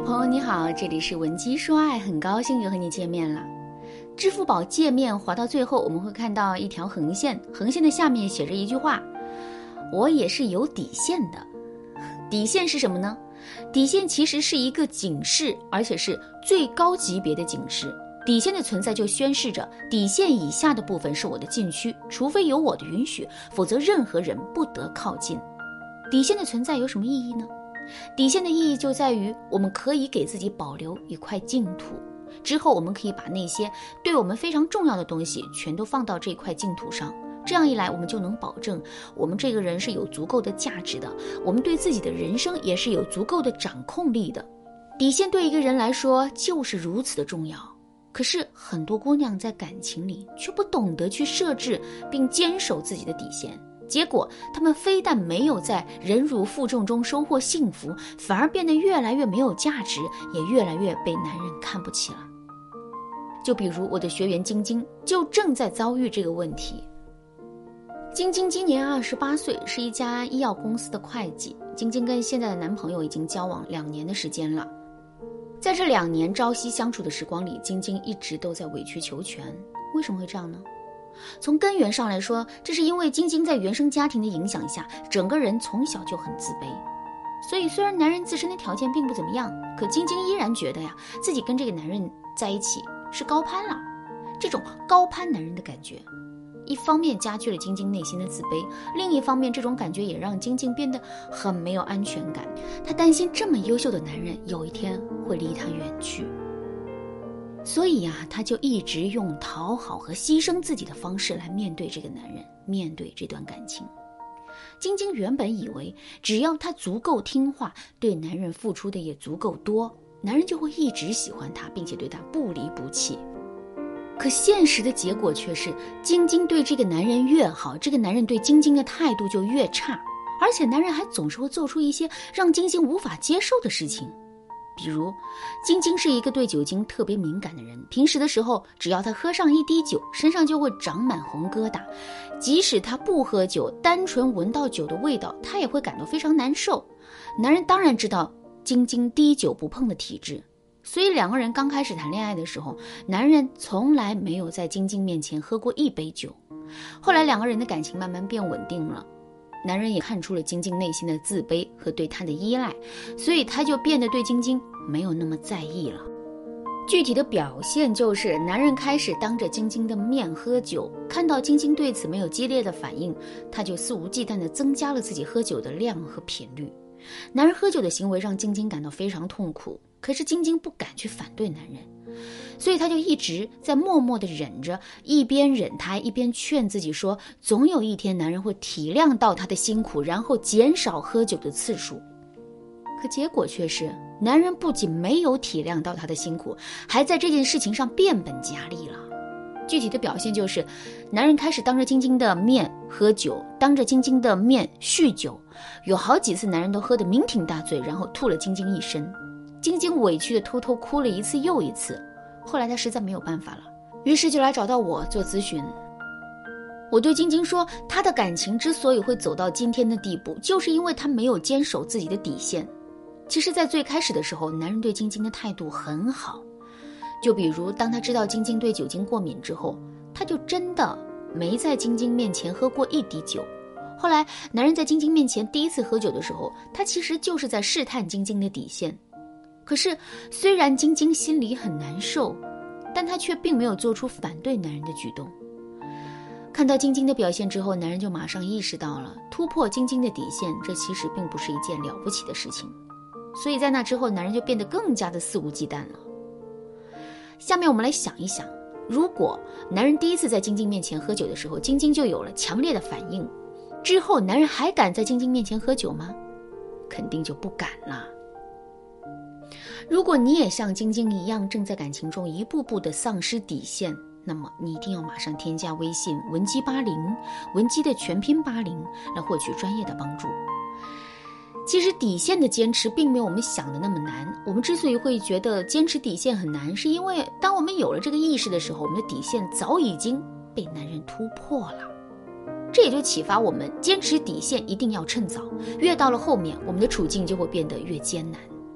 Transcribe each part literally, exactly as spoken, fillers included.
朋友你好，这里是文姬说爱，很高兴又和你见面了。支付宝界面滑到最后，我们会看到一条横线，横线的下面写着一句话：我也是有底线的。底线是什么呢？底线其实是一个警示，而且是最高级别的警示。底线的存在就宣示着底线以下的部分是我的禁区，除非有我的允许，否则任何人不得靠近。底线的存在有什么意义呢？底线的意义就在于我们可以给自己保留一块净土，之后我们可以把那些对我们非常重要的东西全都放到这块净土上。这样一来，我们就能保证我们这个人是有足够的价值的，我们对自己的人生也是有足够的掌控力的。底线对一个人来说就是如此的重要。可是很多姑娘在感情里却不懂得去设置并坚守自己的底线，结果她们非但没有在忍辱负重中收获幸福，反而变得越来越没有价值，也越来越被男人看不起了。就比如我的学员晶晶就正在遭遇这个问题。晶晶今年二十八岁，是一家医药公司的会计。晶晶跟现在的男朋友已经交往两年的时间了。在这两年朝夕相处的时光里，晶晶一直都在委曲求全。为什么会这样呢？从根源上来说，这是因为晶晶在原生家庭的影响下，整个人从小就很自卑。所以虽然男人自身的条件并不怎么样，可晶晶依然觉得呀，自己跟这个男人在一起是高攀了。这种高攀男人的感觉，一方面加剧了晶晶内心的自卑，另一方面这种感觉也让晶晶变得很没有安全感。她担心这么优秀的男人有一天会离她远去，所以呀、啊，她就一直用讨好和牺牲自己的方式来面对这个男人，面对这段感情。晶晶原本以为只要她足够听话，对男人付出的也足够多，男人就会一直喜欢她，并且对她不离不弃。可现实的结果却是，晶晶对这个男人越好，这个男人对晶晶的态度就越差，而且男人还总是会做出一些让晶晶无法接受的事情。比如，晶晶是一个对酒精特别敏感的人，平时的时候，只要她喝上一滴酒，身上就会长满红疙瘩。即使她不喝酒，单纯闻到酒的味道，她也会感到非常难受。男人当然知道晶晶滴酒不碰的体质，所以两个人刚开始谈恋爱的时候，男人从来没有在晶晶面前喝过一杯酒。后来两个人的感情慢慢变稳定了，男人也看出了晶晶内心的自卑和对他的依赖，所以他就变得对晶晶没有那么在意了。具体的表现就是男人开始当着晶晶的面喝酒，看到晶晶对此没有激烈的反应，他就肆无忌惮地增加了自己喝酒的量和频率。男人喝酒的行为让晶晶感到非常痛苦，可是晶晶不敢去反对男人，所以他就一直在默默地忍着，一边忍他一边劝自己说，总有一天男人会体谅到他的辛苦，然后减少喝酒的次数。可结果却是，男人不仅没有体谅到他的辛苦，还在这件事情上变本加厉了。具体的表现就是，男人开始当着晶晶的面喝酒，当着晶晶的面酗酒，有好几次男人都喝得酩酊大醉，然后吐了晶晶一身。晶晶委屈地偷偷哭了一次又一次，后来他实在没有办法了，于是就来找到我做咨询。我对晶晶说，她的感情之所以会走到今天的地步，就是因为她没有坚守自己的底线。其实在最开始的时候，男人对晶晶的态度很好，就比如当他知道晶晶对酒精过敏之后，他就真的没在晶晶面前喝过一滴酒。后来男人在晶晶面前第一次喝酒的时候，他其实就是在试探晶晶的底线。可是虽然晶晶心里很难受，但她却并没有做出反对男人的举动。看到晶晶的表现之后，男人就马上意识到了突破晶晶的底线，这其实并不是一件了不起的事情。所以在那之后，男人就变得更加的肆无忌惮了。下面我们来想一想，如果男人第一次在晶晶面前喝酒的时候，晶晶就有了强烈的反应，之后男人还敢在晶晶面前喝酒吗？肯定就不敢了。如果你也像晶晶一样正在感情中一步步的丧失底线，那么你一定要马上添加微信文姬八零，文姬的全拼八零，来获取专业的帮助。其实底线的坚持并没有我们想的那么难，我们之所以会觉得坚持底线很难，是因为当我们有了这个意识的时候，我们的底线早已经被男人突破了。这也就启发我们坚持底线一定要趁早，越到了后面，我们的处境就会变得越艰难。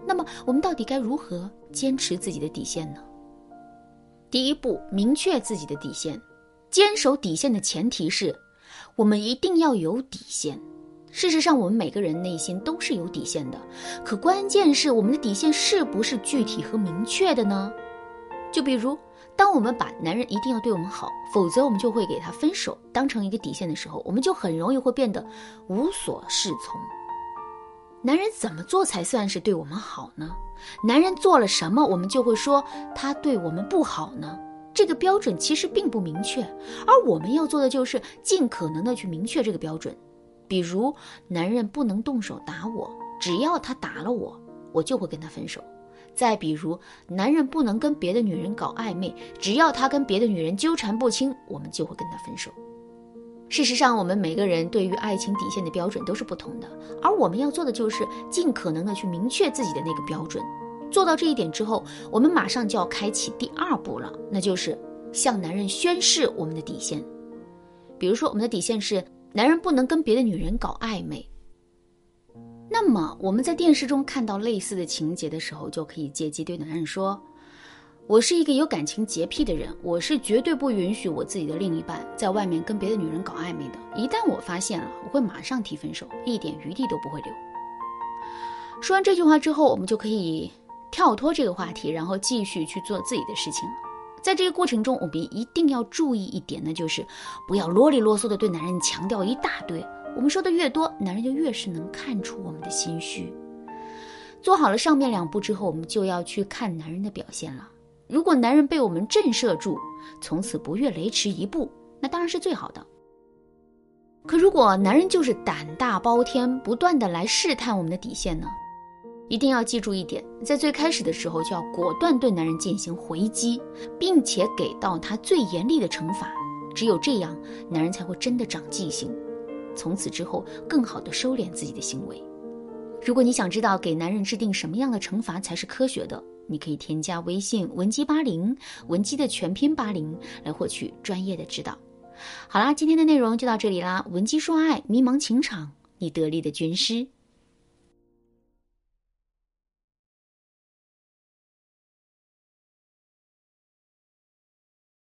那么我们到底该如何坚持自己的底线呢？第一步，明确自己的底线。坚守底线的前提是，我们一定要有底线。事实上，我们每个人内心都是有底线的，可关键是我们的底线是不是具体和明确的呢？就比如，当我们把男人一定要对我们好，否则我们就会给他分手当成一个底线的时候，我们就很容易会变得无所适从。男人怎么做才算是对我们好呢？男人做了什么我们就会说他对我们不好呢？这个标准其实并不明确，而我们要做的就是尽可能的去明确这个标准。比如，男人不能动手打我，只要他打了我，我就会跟他分手。再比如，男人不能跟别的女人搞暧昧，只要他跟别的女人纠缠不清，我们就会跟他分手。事实上，我们每个人对于爱情底线的标准都是不同的，而我们要做的就是尽可能的去明确自己的那个标准。做到这一点之后，我们马上就要开启第二步了，那就是向男人宣示我们的底线。比如说，我们的底线是男人不能跟别的女人搞暧昧。那么我们在电视中看到类似的情节的时候，就可以借机对男人说，我是一个有感情洁癖的人，我是绝对不允许我自己的另一半在外面跟别的女人搞暧昧的，一旦我发现了，我会马上提分手，一点余地都不会留。说完这句话之后，我们就可以跳脱这个话题，然后继续去做自己的事情。在这个过程中，我们一定要注意一点呢，就是不要啰里啰嗦的对男人强调一大堆，我们说的越多，男人就越是能看出我们的心虚。做好了上面两步之后，我们就要去看男人的表现了。如果男人被我们震慑住，从此不越雷池一步，那当然是最好的。可如果男人就是胆大包天，不断的来试探我们的底线呢？一定要记住一点，在最开始的时候就要果断对男人进行回击，并且给到他最严厉的惩罚。只有这样，男人才会真的长记性，从此之后更好的收敛自己的行为。如果你想知道给男人制定什么样的惩罚才是科学的，你可以添加微信文姬八零，文姬的全拼八零，来获取专业的指导。好啦，今天的内容就到这里啦。文姬说爱，迷茫情场，你得力的军师。